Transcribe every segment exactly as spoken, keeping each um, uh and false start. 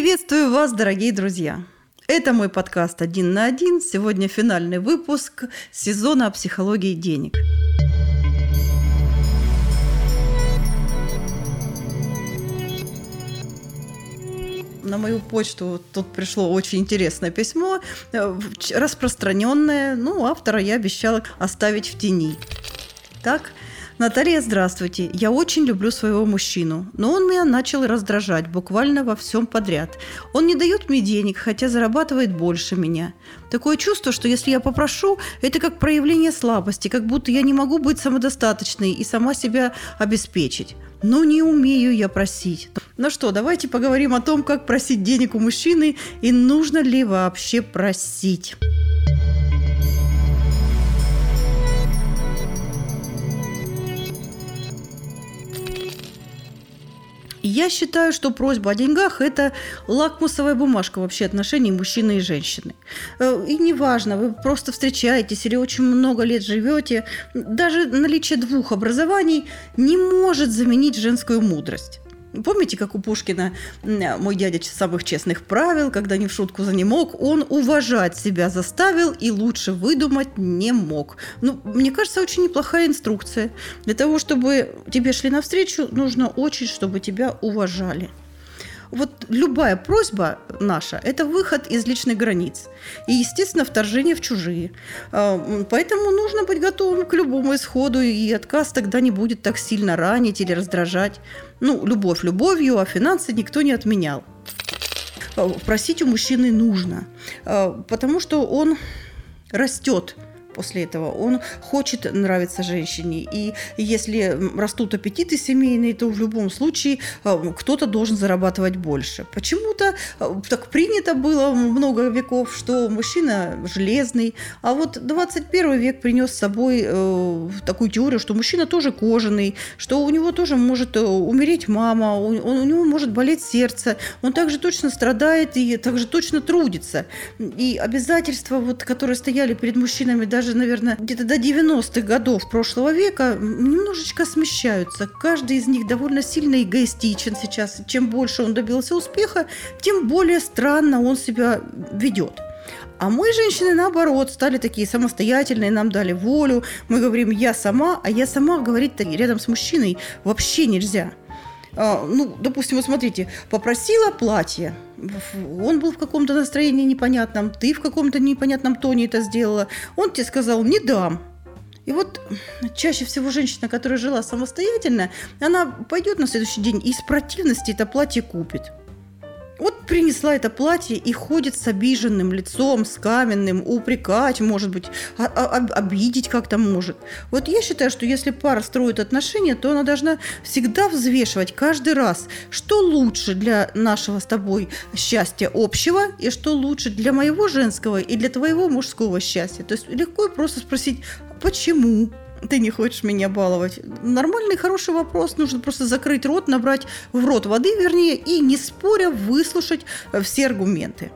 Приветствую вас, дорогие друзья! Это мой подкаст «Один на один». Сегодня финальный выпуск сезона о психологии денег. На мою почту тут пришло очень интересное письмо, распространенное, ну, автора я обещала оставить в тени. Так, Наталья, здравствуйте. Я очень люблю своего мужчину, но он меня начал раздражать буквально во всем подряд. Он не дает мне денег, хотя зарабатывает больше меня. Такое чувство, что если я попрошу, это как проявление слабости, как будто я не могу быть самодостаточной и сама себя обеспечить. Но не умею я просить. Ну что, давайте поговорим о том, как просить денег у мужчины и нужно ли вообще просить. Я считаю, что просьба о деньгах – это лакмусовая бумажка вообще отношений мужчины и женщины. И неважно, вы просто встречаетесь или очень много лет живете, даже наличие двух образований не может заменить женскую мудрость. Помните, как у Пушкина мой дядя самых честных правил, когда ни в шутку занемог, он уважать себя заставил и лучше выдумать не мог. Ну, мне кажется, очень неплохая инструкция. Для того, чтобы тебе шли навстречу, нужно очень, чтобы тебя уважали. Вот любая просьба наша – это выход из личных границ и, естественно, вторжение в чужие. Поэтому нужно быть готовым к любому исходу, и отказ тогда не будет так сильно ранить или раздражать. Ну, любовь любовью, а финансы никто не отменял. Просить у мужчины нужно, потому что он растет. После этого он хочет нравиться женщине. И если растут аппетиты семейные, то в любом случае кто-то должен зарабатывать больше. Почему-то так принято было много веков, что мужчина железный. А вот двадцать первый век принес с собой такую теорию, что мужчина тоже кожаный, что у него тоже может умереть мама, у, у него может болеть сердце, он также точно страдает и также точно трудится. И обязательства, вот, которые стояли перед мужчинами даже наверное, где-то до девяностых годов прошлого века немножечко смещаются. Каждый из них довольно сильно эгоистичен сейчас. Чем больше он добился успеха, тем более странно он себя ведет. А мы, женщины, наоборот, стали такие самостоятельные, нам дали волю. Мы говорим «я сама», а «я сама» говорить рядом с мужчиной вообще нельзя. А, ну, допустим, вот смотрите, попросила платье, он был в каком-то настроении непонятном, ты в каком-то непонятном тоне это сделала, он тебе сказал «не дам». И вот чаще всего женщина, которая жила самостоятельно, она пойдет на следующий день и из противности это платье купит. Вот принесла это платье и ходит с обиженным лицом, с каменным, упрекать, может быть, а- а- обидеть как-то может. Вот я считаю, что если пара строит отношения, то она должна всегда взвешивать каждый раз, что лучше для нашего с тобой счастья общего и что лучше для моего женского и для твоего мужского счастья. То есть легко просто спросить, почему ты не хочешь меня баловать? Нормальный, хороший вопрос. Нужно просто закрыть рот, набрать в рот воды, вернее, и, не споря, выслушать все аргументы.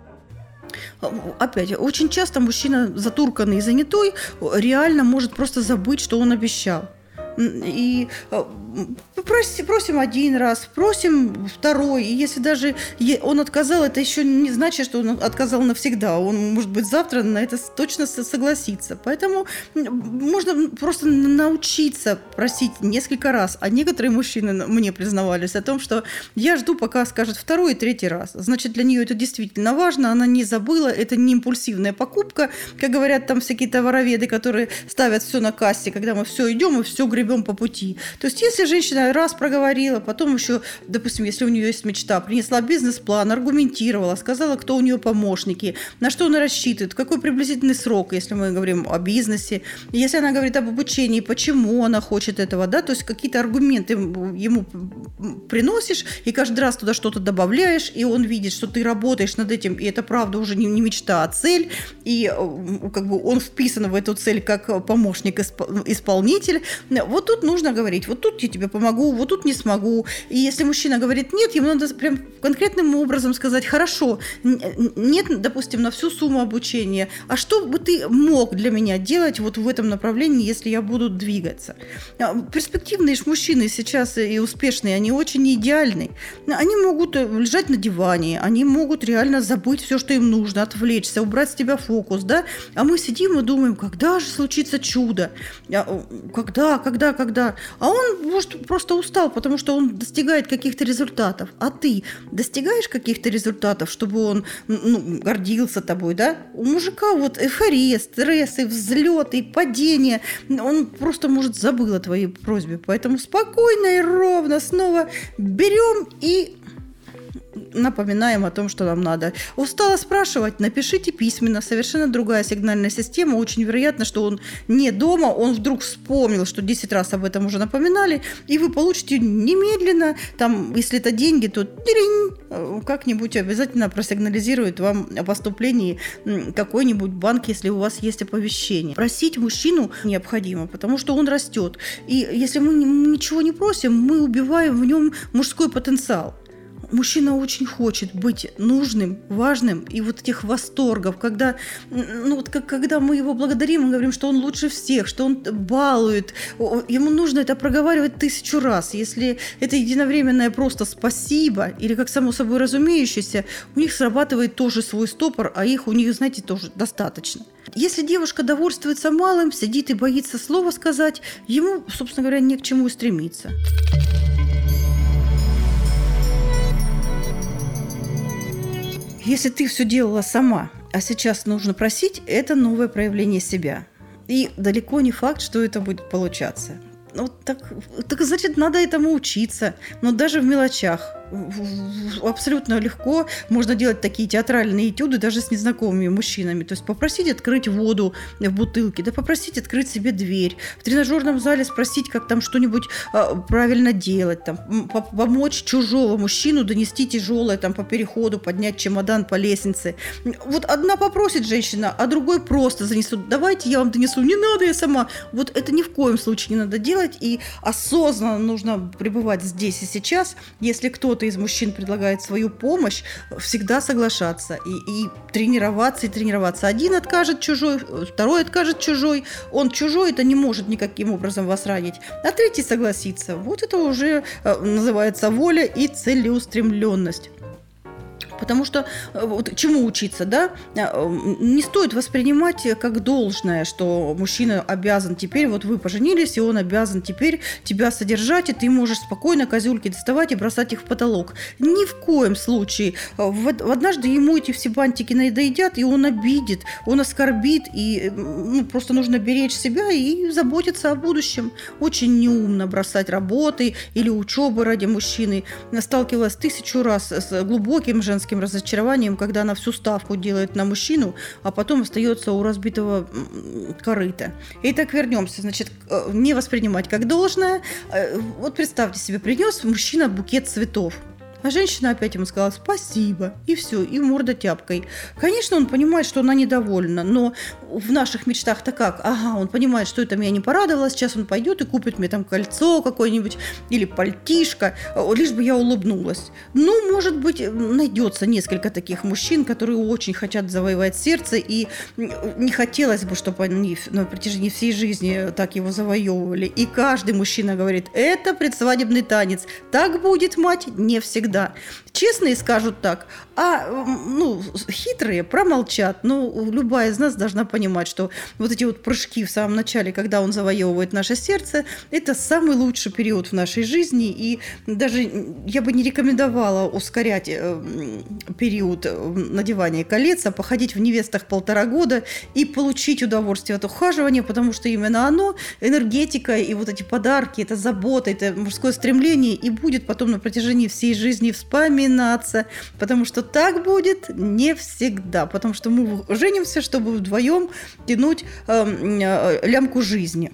Опять, очень часто мужчина, затурканный и занятой, реально может просто забыть, что он обещал. И просим, просим один раз, просим второй. И если даже он отказал, это еще не значит, что он отказал навсегда. Он, может быть, завтра на это точно согласится. Поэтому можно просто научиться просить несколько раз. А некоторые мужчины мне признавались о том, что я жду, пока скажет второй и третий раз. Значит, для нее это действительно важно. Она не забыла, это не импульсивная покупка. Как говорят там всякие товароведы, которые ставят все на кассе, когда мы все идем и все гребем по пути. То есть, если женщина раз проговорила, потом еще, допустим, если у нее есть мечта, принесла бизнес-план, аргументировала, сказала, кто у нее помощники, на что она рассчитывает, какой приблизительный срок, если мы говорим о бизнесе, если она говорит об обучении, почему она хочет этого, да, то есть какие-то аргументы ему приносишь, и каждый раз туда что-то добавляешь, и он видит, что ты работаешь над этим, и это правда уже не, не мечта, а цель, и как бы он вписан в эту цель как помощник-исполнитель. вот тут нужно говорить, вот тут я тебе помогу, вот тут не смогу. И если мужчина говорит нет, ему надо прям конкретным образом сказать: хорошо, нет, допустим, на всю сумму обучения, а что бы ты мог для меня делать вот в этом направлении, если я буду двигаться? Перспективные ж мужчины сейчас и успешные, они очень идеальны. Они могут лежать на диване, они могут реально забыть все, что им нужно, отвлечься, убрать с тебя фокус, да? А мы сидим и думаем, когда же случится чудо? Когда, когда, когда? А он, может, просто устал, потому что он достигает каких-то результатов. А ты достигаешь каких-то результатов, чтобы он, ну, гордился тобой, да? У мужика вот эйфория, стрессы, взлеты, падения. Он просто, может, забыл о твоей просьбе. Поэтому спокойно и ровно снова берем и напоминаем о том, что нам надо. Устала спрашивать? Напишите письменно. Совершенно другая сигнальная система. Очень вероятно, что он не дома, он вдруг вспомнил, что десять раз об этом уже напоминали, и вы получите немедленно, там, если это деньги, то как-нибудь обязательно просигнализирует вам о поступлении какой-нибудь банк, если у вас есть оповещение. Просить мужчину необходимо, потому что он растет. И если мы ничего не просим, мы убиваем в нем мужской потенциал. Мужчина очень хочет быть нужным, важным, и вот этих восторгов, когда, ну, вот как, когда мы его благодарим, мы говорим, что он лучше всех, что он балует, ему нужно это проговаривать тысячу раз. Если это единовременное просто спасибо, или как само собой разумеющееся, у них срабатывает тоже свой стопор, а их у них, знаете, тоже достаточно. Если девушка довольствуется малым, сидит и боится слова сказать, ему, собственно говоря, не к чему и стремиться. Если ты все делала сама, а сейчас нужно просить, это новое проявление себя. И далеко не факт, что это будет получаться. Ну, так, так значит, надо этому учиться. Но даже в мелочах. Абсолютно легко можно делать такие театральные этюды даже с незнакомыми мужчинами. То есть попросить открыть воду в бутылке, да попросить открыть себе дверь. В тренажерном зале спросить, как там что-нибудь а, правильно делать. Там, помочь чужого мужчину донести тяжелое там, по переходу, поднять чемодан по лестнице. Вот одна попросит женщина, а другой просто занесут. Давайте я вам донесу. Не надо, я сама. Вот это ни в коем случае не надо делать. И осознанно нужно пребывать здесь и сейчас. Если кто-то из мужчин предлагает свою помощь, всегда соглашаться и, и тренироваться, и тренироваться. Один откажет чужой, второй откажет чужой, он чужой, это не может никаким образом вас ранить, а третий согласится. Вот это уже называется воля и целеустремленность. Потому что вот, чему учиться, да? Не стоит воспринимать как должное, что мужчина обязан теперь, вот вы поженились, и он обязан теперь тебя содержать, и ты можешь спокойно козюльки доставать и бросать их в потолок. Ни в коем случае. В, однажды ему эти все бантики надоедят, и он обидит, он оскорбит, и ну, просто нужно беречь себя и заботиться о будущем. Очень неумно бросать работы или учебы ради мужчины. Сталкивалась тысячу раз с глубоким женским разочарованием, когда она всю ставку делает на мужчину, а потом остается у разбитого корыта. Итак, вернемся. Значит, не воспринимать как должное. Вот представьте себе, принес мужчина букет цветов. А женщина опять ему сказала спасибо, и все, и морда тяпкой. Конечно, он понимает, что она недовольна, но в наших мечтах-то как? Ага, он понимает, что это меня не порадовало, сейчас он пойдет и купит мне там кольцо какое-нибудь или пальтишко, лишь бы я улыбнулась. Ну, может быть, найдется несколько таких мужчин, которые очень хотят завоевать сердце, и не хотелось бы, чтобы они на протяжении всей жизни так его завоевывали. И каждый мужчина говорит, это предсвадебный танец. Так будет, мать, не всегда. Да. Честные скажут так, а ну, хитрые промолчат. Ну, любая из нас должна понимать, что вот эти вот прыжки в самом начале, когда он завоевывает наше сердце, это самый лучший период в нашей жизни. И даже я бы не рекомендовала ускорять период надевания колец, а походить в невестах полтора года и получить удовольствие от ухаживания, потому что именно оно, энергетика и вот эти подарки, это забота, это мужское стремление и будет потом на протяжении всей жизни не вспоминаться, потому что так будет не всегда, потому что мы женимся, чтобы вдвоем тянуть э, э, лямку жизни.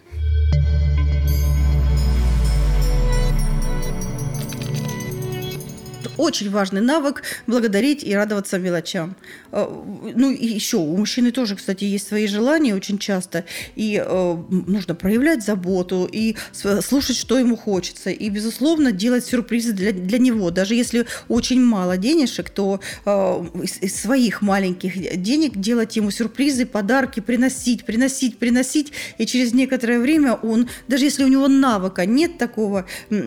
очень важный навык благодарить и радоваться мелочам. Ну и еще у мужчины тоже, кстати, есть свои желания очень часто, и э, нужно проявлять заботу и слушать, что ему хочется, и, безусловно, делать сюрпризы для, для него. Даже если очень мало денежек, то э, из, из своих маленьких денег делать ему сюрпризы, подарки, приносить, приносить, приносить, и через некоторое время он, даже если у него навыка нет такого,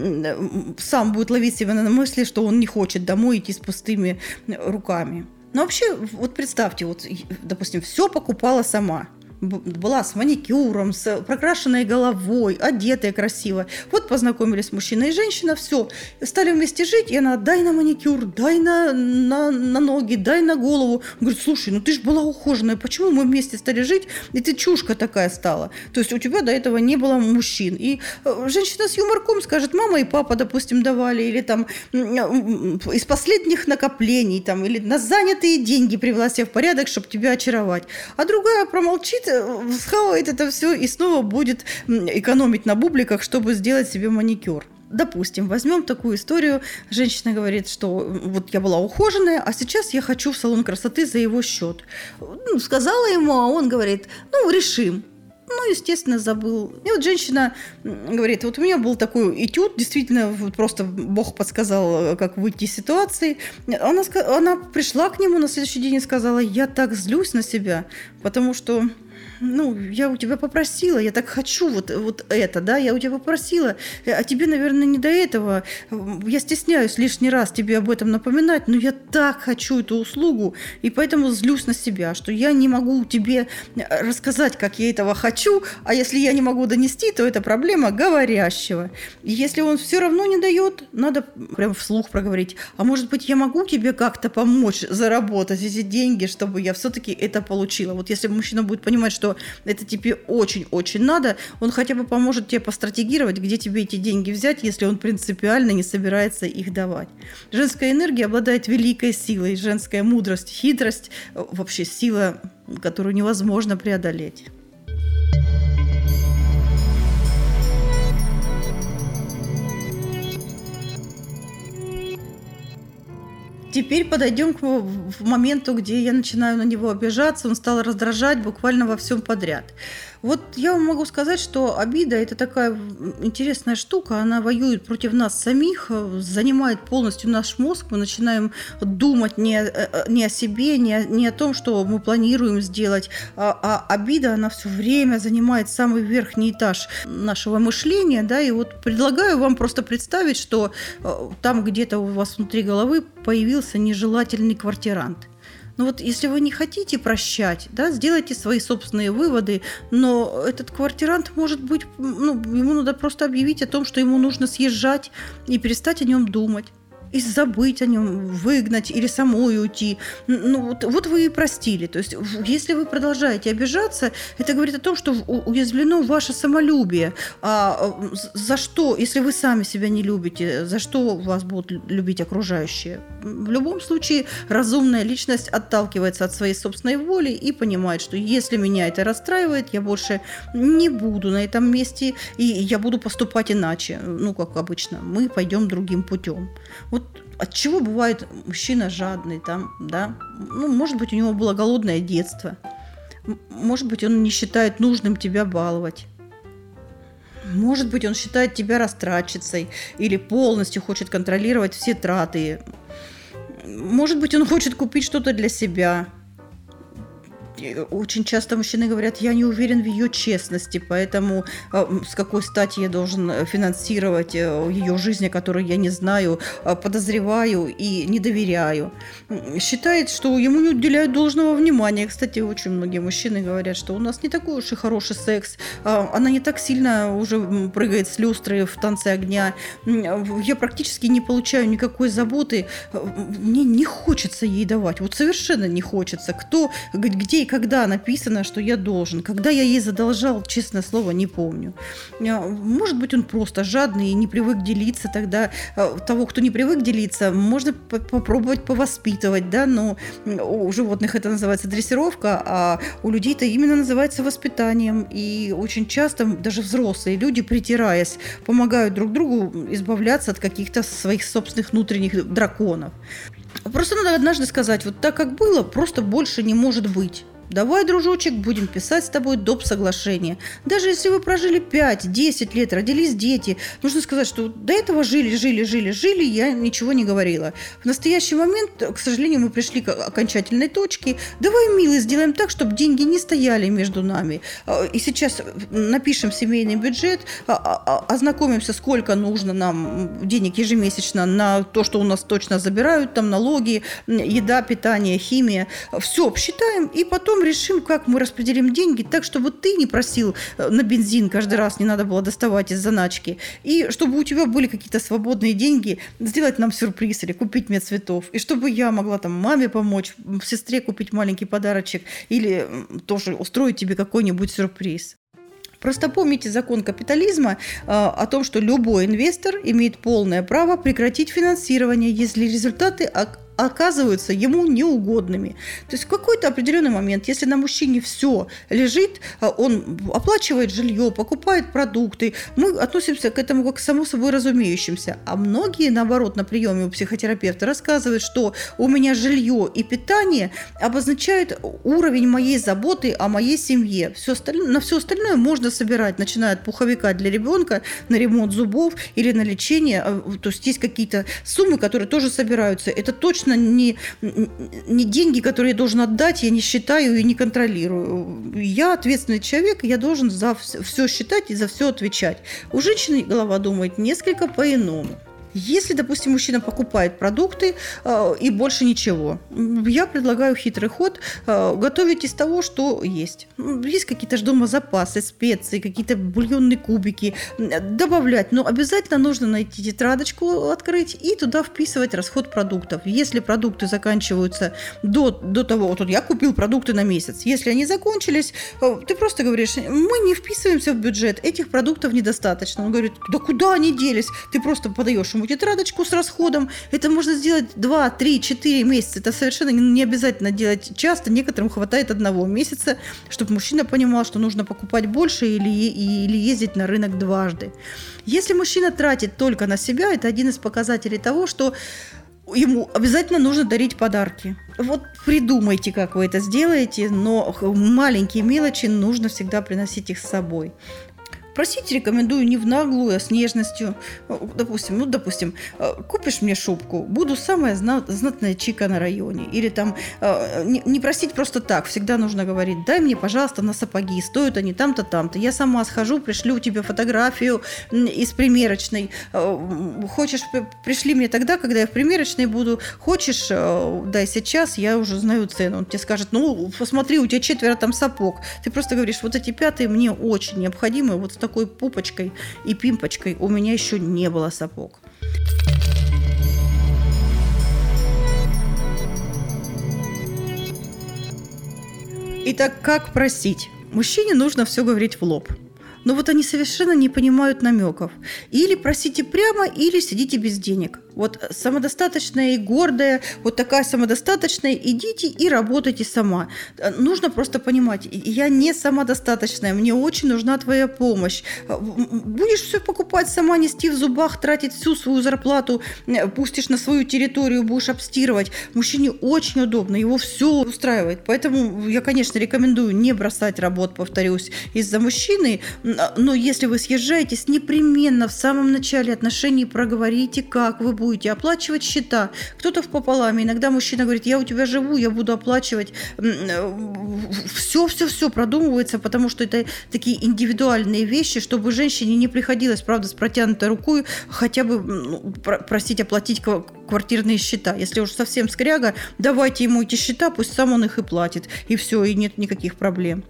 сам будет ловить себя на мысли, что он не хочет домой идти с пустыми руками. Но вообще, вот представьте, вот, допустим, все покупала сама. Была с маникюром, с прокрашенной головой, одетая красиво. Вот познакомились мужчина и женщина, все, стали вместе жить, и она: дай на маникюр, дай на, на, на ноги, дай на голову. Он говорит: слушай, ну ты же была ухоженная, почему мы вместе стали жить, и ты чушка такая стала? То есть у тебя до этого не было мужчин. И женщина с юморком скажет: мама и папа, допустим, давали, или там из последних накоплений, там, или на занятые деньги привела себя в порядок, чтобы тебя очаровать. А другая промолчит, схавает это все и снова будет экономить на бубликах, чтобы сделать себе маникюр. Допустим, возьмем такую историю. Женщина говорит, что вот я была ухоженная, а сейчас я хочу в салон красоты за его счет. Ну, сказала ему, а он говорит: ну, решим. Ну, естественно, забыл. И вот женщина говорит: вот у меня был такой этюд, действительно, вот просто Бог подсказал, как выйти из ситуации. Она, она пришла к нему на следующий день и сказала: я так злюсь на себя, потому что... Ну, я у тебя попросила, я так хочу вот, вот это, да, я у тебя попросила, а тебе, наверное, не до этого. Я стесняюсь лишний раз тебе об этом напоминать, но я так хочу эту услугу, и поэтому злюсь на себя, что я не могу тебе рассказать, как я этого хочу, а если я не могу донести, то это проблема говорящего. И если он все равно не дает, надо прям вслух проговорить: а может быть, я могу тебе как-то помочь заработать эти деньги, чтобы я все-таки это получила. Вот если мужчина будет понимать, что это тебе очень-очень надо, он хотя бы поможет тебе постратегировать, где тебе эти деньги взять, если он принципиально не собирается их давать. Женская энергия обладает великой силой, женская мудрость, хитрость, вообще сила, которую невозможно преодолеть. Теперь подойдем к моменту, где я начинаю на него обижаться, он стал раздражать буквально во всем подряд. Вот я вам могу сказать, что обида – это такая интересная штука, она воюет против нас самих, занимает полностью наш мозг, мы начинаем думать не, не о себе, не о, не о том, что мы планируем сделать, а, а обида, она все время занимает самый верхний этаж нашего мышления, да, и вот предлагаю вам просто представить, что там где-то у вас внутри головы появился нежелательный квартирант. Ну вот если вы не хотите прощать, да, сделайте свои собственные выводы, но этот квартирант, может быть, ну, ему надо просто объявить о том, что ему нужно съезжать и перестать о нем думать. И забыть о нем, выгнать или самой уйти. Ну, вот, вот вы и простили. То есть, если вы продолжаете обижаться, это говорит о том, что уязвлено ваше самолюбие. А за что, если вы сами себя не любите, за что вас будут любить окружающие? В любом случае, разумная личность отталкивается от своей собственной воли и понимает, что если меня это расстраивает, я больше не буду на этом месте, и я буду поступать иначе. Ну, как обычно, мы пойдем другим путем. Вот от чего бывает мужчина жадный, там, да? Ну, может быть, у него было голодное детство. Может быть, он не считает нужным тебя баловать. Может быть, он считает тебя растратчицей или полностью хочет контролировать все траты. Может быть, он хочет купить что-то для себя. Очень часто мужчины говорят: я не уверен в ее честности, поэтому э, с какой стати я должен финансировать э, ее жизнь, о которой я не знаю, э, подозреваю и не доверяю. Считает, что ему не уделяют должного внимания. Кстати, очень многие мужчины говорят, что у нас не такой уж и хороший секс, э, она не так сильно уже прыгает с люстры в танце огня, я практически не получаю никакой заботы, мне не хочется ей давать, вот совершенно не хочется. Кто, где и никогда написано, что я должен. Когда я ей задолжал, честное слово, не помню. Может быть, он просто жадный и не привык делиться. Тогда того, кто не привык делиться, можно попробовать повоспитывать, да, но у животных это называется дрессировка, а у людей это именно называется воспитанием. И очень часто даже взрослые люди, притираясь, помогают друг другу избавляться от каких-то своих собственных внутренних драконов. Просто надо однажды сказать, вот так как было, просто больше не может быть. Давай, дружочек, будем писать с тобой доп. Соглашение. Даже если вы прожили пять-десять лет, родились дети, нужно сказать, что до этого жили, жили, жили, жили, я ничего не говорила. В настоящий момент, к сожалению, мы пришли к окончательной точке. Давай, милый, сделаем так, чтобы деньги не стояли между нами. И сейчас напишем семейный бюджет, ознакомимся, сколько нужно нам денег ежемесячно на то, что у нас точно забирают, там налоги, еда, питание, химия. Все обсчитаем и потом решим, как мы распределим деньги так, чтобы ты не просил на бензин каждый раз, не надо было доставать из заначки, и чтобы у тебя были какие-то свободные деньги сделать нам сюрприз или купить мне цветов, и чтобы я могла там маме помочь, сестре купить маленький подарочек или тоже устроить тебе какой-нибудь сюрприз. Просто помните закон капитализма э, о том, что любой инвестор имеет полное право прекратить финансирование, если результаты ок- оказываются ему неугодными. То есть в какой-то определенный момент, если на мужчине все лежит, он оплачивает жилье, покупает продукты, мы относимся к этому как к само собой разумеющимся. А многие, наоборот, на приеме у психотерапевта рассказывают, что у меня жилье и питание обозначают уровень моей заботы о моей семье. Все остальное, на все остальное можно собирать, начиная от пуховика для ребенка, на ремонт зубов или на лечение. То есть есть какие-то суммы, которые тоже собираются. Это точно Не, не деньги, которые я должен отдать, я не считаю и не контролирую. Я ответственный человек, я должен за все считать и за все отвечать. У женщины голова думает несколько по-иному. Если, допустим, мужчина покупает продукты э, и больше ничего, я предлагаю хитрый ход э, готовить из того, что есть. Есть какие-то же дома запасы, специи, какие-то бульонные кубики, добавлять. Но обязательно нужно найти тетрадочку, открыть и туда вписывать расход продуктов. Если продукты заканчиваются до, до того, вот я купил продукты на месяц, если они закончились, э, ты просто говоришь, мы не вписываемся в бюджет, этих продуктов недостаточно. Он говорит, да куда они делись? Ты просто подаешь тетрадочку с расходом. Это можно сделать два, три, четыре месяца. Это совершенно не обязательно делать часто. Некоторым хватает одного месяца, чтобы мужчина понимал, что нужно покупать больше или, или ездить на рынок дважды. Если мужчина тратит только на себя, это один из показателей того, что ему обязательно нужно дарить подарки. Вот придумайте, как вы это сделаете, но маленькие мелочи нужно всегда приносить их с собой. Просить рекомендую не в наглую, а с нежностью. Допустим, ну, допустим, купишь мне шубку, буду самая знатная чика на районе. Или там не просить просто так, всегда нужно говорить, дай мне, пожалуйста, на сапоги, стоят они там-то, там-то. Я сама схожу, пришлю тебе фотографию из примерочной. Хочешь, пришли мне тогда, когда я в примерочной буду. Хочешь, дай сейчас, я уже знаю цену. Он тебе скажет, ну, посмотри, у тебя четверо там сапог. Ты просто говоришь, вот эти пятые мне очень необходимы, вот с такой пупочкой и пимпочкой у меня еще не было сапог. Итак, как просить? Мужчине нужно все говорить в лоб. Но вот они совершенно не понимают намеков. Или просите прямо, или сидите без денег. Вот самодостаточная и гордая, вот такая самодостаточная, идите и работайте сама. Нужно просто понимать, я не самодостаточная, мне очень нужна твоя помощь. Будешь все покупать сама, нести в зубах, тратить всю свою зарплату, пустишь на свою территорию, будешь обстирывать. Мужчине очень удобно, его все устраивает. Поэтому я, конечно, рекомендую не бросать работу, повторюсь, из-за мужчины, но если вы съезжаетесь, непременно в самом начале отношений проговорите, как вы будете оплачивать счета. Кто-то в пополам. Иногда мужчина говорит, я у тебя живу, я буду оплачивать. Все-все-все продумывается, потому что это такие индивидуальные вещи, чтобы женщине не приходилось, правда, с протянутой рукой хотя бы ну, просить оплатить квартирные счета. Если уж совсем скряга, давайте ему эти счета, пусть сам он их и платит. И все, и нет никаких проблем.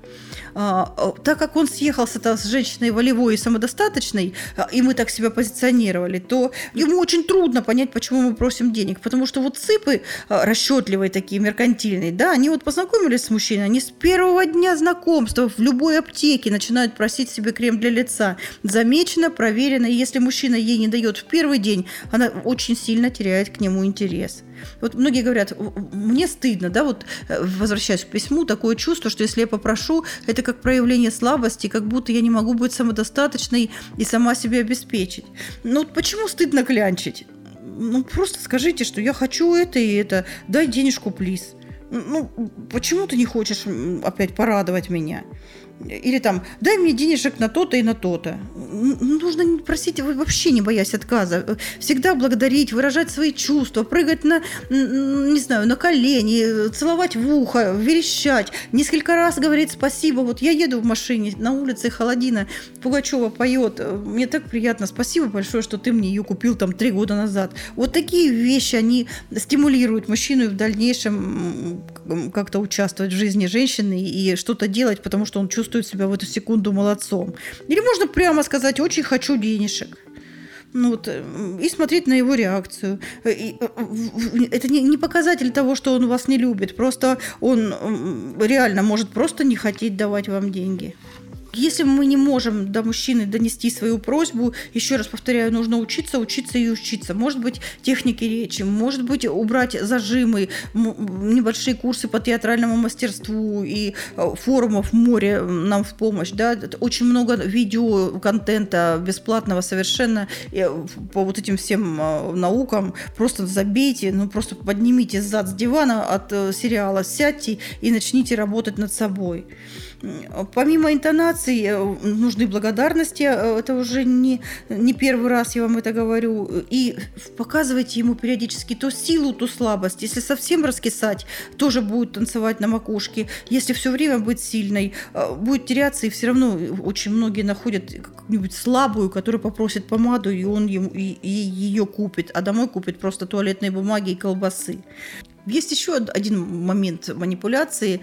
А, так как он съехался с женщиной волевой и самодостаточной, и мы так себя позиционировали, то ему очень трудно понять, почему мы просим денег. Потому что вот цыпы расчетливые такие, меркантильные, да, они вот познакомились с мужчиной, они с первого дня знакомства в любой аптеке начинают просить себе крем для лица. Замечено, проверено, и если мужчина ей не дает в первый день, она очень сильно теряет к нему интерес. Вот многие говорят, мне стыдно, да, вот возвращаясь к письму, такое чувство, что если я попрошу, это как проявление слабости, как будто я не могу быть самодостаточной и сама себя обеспечить. Ну вот почему стыдно клянчить? Ну просто скажите, что я хочу это и это, дай денежку, плиз. Ну почему ты не хочешь опять порадовать меня? Или там, дай мне денежек на то-то и на то-то. Нужно просить, вообще не боясь отказа. Всегда благодарить, выражать свои чувства, прыгать на, не знаю, на колени, целовать в ухо, верещать. Несколько раз говорить спасибо. Вот я еду в машине, на улице холодина, Пугачева поет. Мне так приятно. Спасибо большое, что ты мне ее купил там три года назад. Вот такие вещи, они стимулируют мужчину в дальнейшем как-то участвовать в жизни женщины и что-то делать, потому что он чувствует себя в эту секунду молодцом. Или можно прямо сказать: очень хочу денежек. Ну, вот, и смотреть на его реакцию. И, это не, не показатель того, что он вас не любит. Просто он реально может просто не хотеть давать вам деньги. Если мы не можем до мужчины донести свою просьбу, еще раз повторяю, нужно учиться, учиться и учиться. Может быть, техники речи, может быть, убрать зажимы, небольшие курсы по театральному мастерству и форумов море нам в помощь. Да? Очень много видеоконтента бесплатного совершенно по вот этим всем наукам. Просто забейте, ну просто поднимите зад с дивана от сериала, сядьте и начните работать над собой. Помимо интонаций нужны благодарности, это уже не, не первый раз я вам это говорю, и показывайте ему периодически то силу, то слабость. Если совсем раскисать, тоже будет танцевать на макушке. Если все время быть сильной, будет теряться, и все равно очень многие находят какую-нибудь слабую, которая попросит помаду, и он ему, и, и ее купит, а домой купит просто туалетной бумаги и колбасы. Есть еще один момент манипуляции,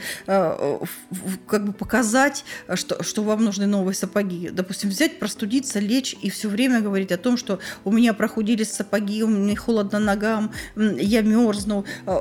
как бы показать, что, что вам нужны новые сапоги. Допустим, взять, простудиться, лечь и все время говорить о том, что у меня прохудились сапоги, у меня холодно ногам, я мерзну.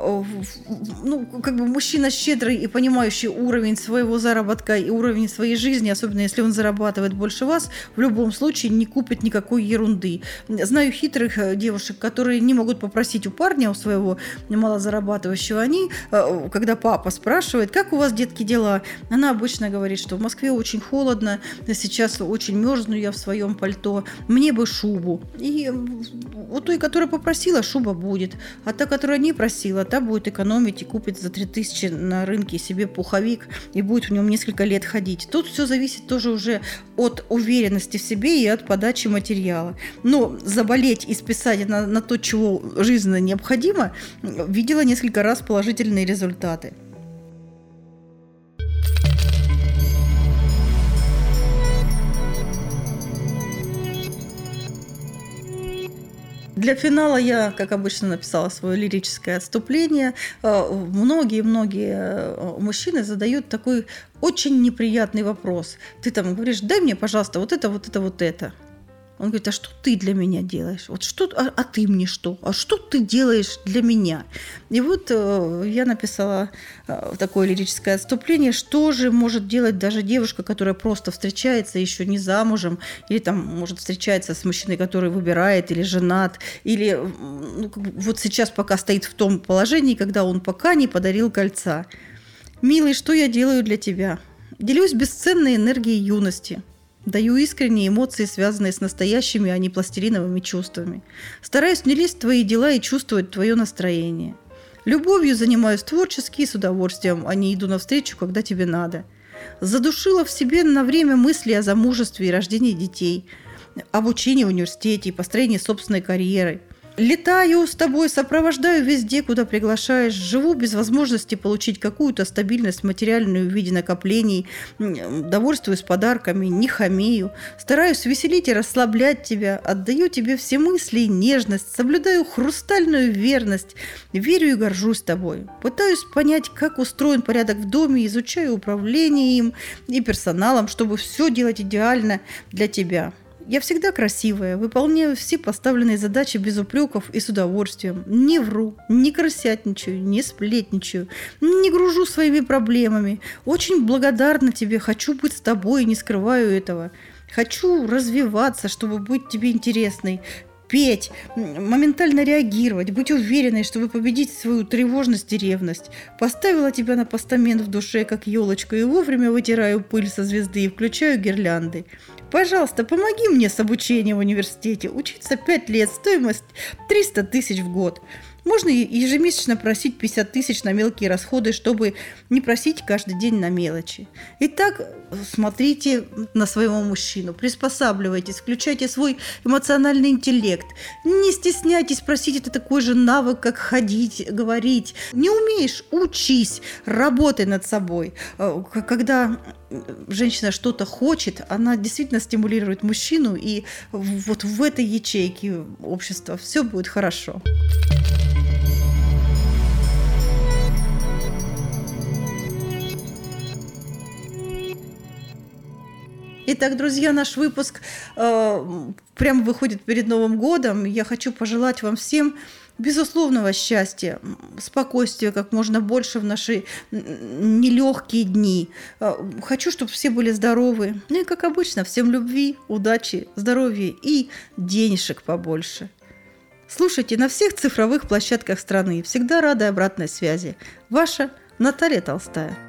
Ну, как бы мужчина щедрый и понимающий уровень своего заработка и уровень своей жизни, особенно если он зарабатывает больше вас, в любом случае не купит никакой ерунды. Знаю хитрых девушек, которые не могут попросить у парня, у своего малозарабатывающего, они, когда папа спрашивает, как у вас, детки, дела, она обычно говорит, что в Москве очень холодно, сейчас очень мерзну я в своем пальто, мне бы шубу. И у той, которая попросила, шуба будет, а та, которая не просила, та будет экономить и купит за три тысячи на рынке себе пуховик и будет в нем несколько лет ходить. Тут все зависит тоже уже от уверенности в себе и от подачи материала. Но заболеть и списать на, на то, чего жизненно необходимо, видела несколько несколько раз положительные результаты. Для финала я, как обычно, написала свое лирическое отступление. Многие-многие мужчины задают такой очень неприятный вопрос. Ты там говоришь: дай мне, пожалуйста, вот это, вот это, вот это. Он говорит: а что ты для меня делаешь? Вот что, а, а ты мне что? А что ты делаешь для меня? И вот э, я написала э, такое лирическое отступление, что же может делать даже девушка, которая просто встречается, еще не замужем, или там, может, встречается с мужчиной, который выбирает, или женат, или ну, вот сейчас пока стоит в том положении, когда он пока не подарил кольца. Милый, что я делаю для тебя? Делюсь бесценной энергией юности. Даю искренние эмоции, связанные с настоящими, а не пластилиновыми чувствами. Стараюсь не лезть в твои дела и чувствовать твое настроение. Любовью занимаюсь творчески и с удовольствием, а не иду навстречу, когда тебе надо. Задушила в себе на время мысли о замужестве и рождении детей, обучении в университете и построении собственной карьеры. Летаю с тобой, сопровождаю везде, куда приглашаешь. Живу без возможности получить какую-то стабильность материальную в виде накоплений. Довольствуюсь подарками, не хамею. Стараюсь веселить и расслаблять тебя. Отдаю тебе все мысли и нежность. Соблюдаю хрустальную верность. Верю и горжусь тобой. Пытаюсь понять, как устроен порядок в доме. Изучаю управление им и персоналом, чтобы все делать идеально для тебя. Я всегда красивая, выполняю все поставленные задачи без упреков и с удовольствием. Не вру, не крысятничаю, не сплетничаю, не гружу своими проблемами. Очень благодарна тебе, хочу быть с тобой, не скрываю этого. Хочу развиваться, чтобы быть тебе интересной. Петь, моментально реагировать, быть уверенной, чтобы победить свою тревожность и ревность. Поставила тебя на постамент в душе, как елочка, и вовремя вытираю пыль со звезды и включаю гирлянды. Пожалуйста, помоги мне с обучением в университете. Учиться пять лет, стоимость триста тысяч в год. Можно ежемесячно просить пятьдесят тысяч на мелкие расходы, чтобы не просить каждый день на мелочи. Итак, смотрите на своего мужчину, приспосабливайтесь, включайте свой эмоциональный интеллект. Не стесняйтесь просить, это такой же навык, как ходить, говорить. Не умеешь – учись, работай над собой. Когда женщина что-то хочет, она действительно стимулирует мужчину, и вот в этой ячейке общества все будет хорошо. Итак, друзья, наш выпуск э, прямо выходит перед Новым годом. Я хочу пожелать вам всем безусловного счастья, спокойствия как можно больше в наши нелегкие дни. Э, хочу, чтобы все были здоровы. Ну и, как обычно, всем любви, удачи, здоровья и денежек побольше. Слушайте на всех цифровых площадках страны. Всегда рада обратной связи. Ваша Наталья Толстая.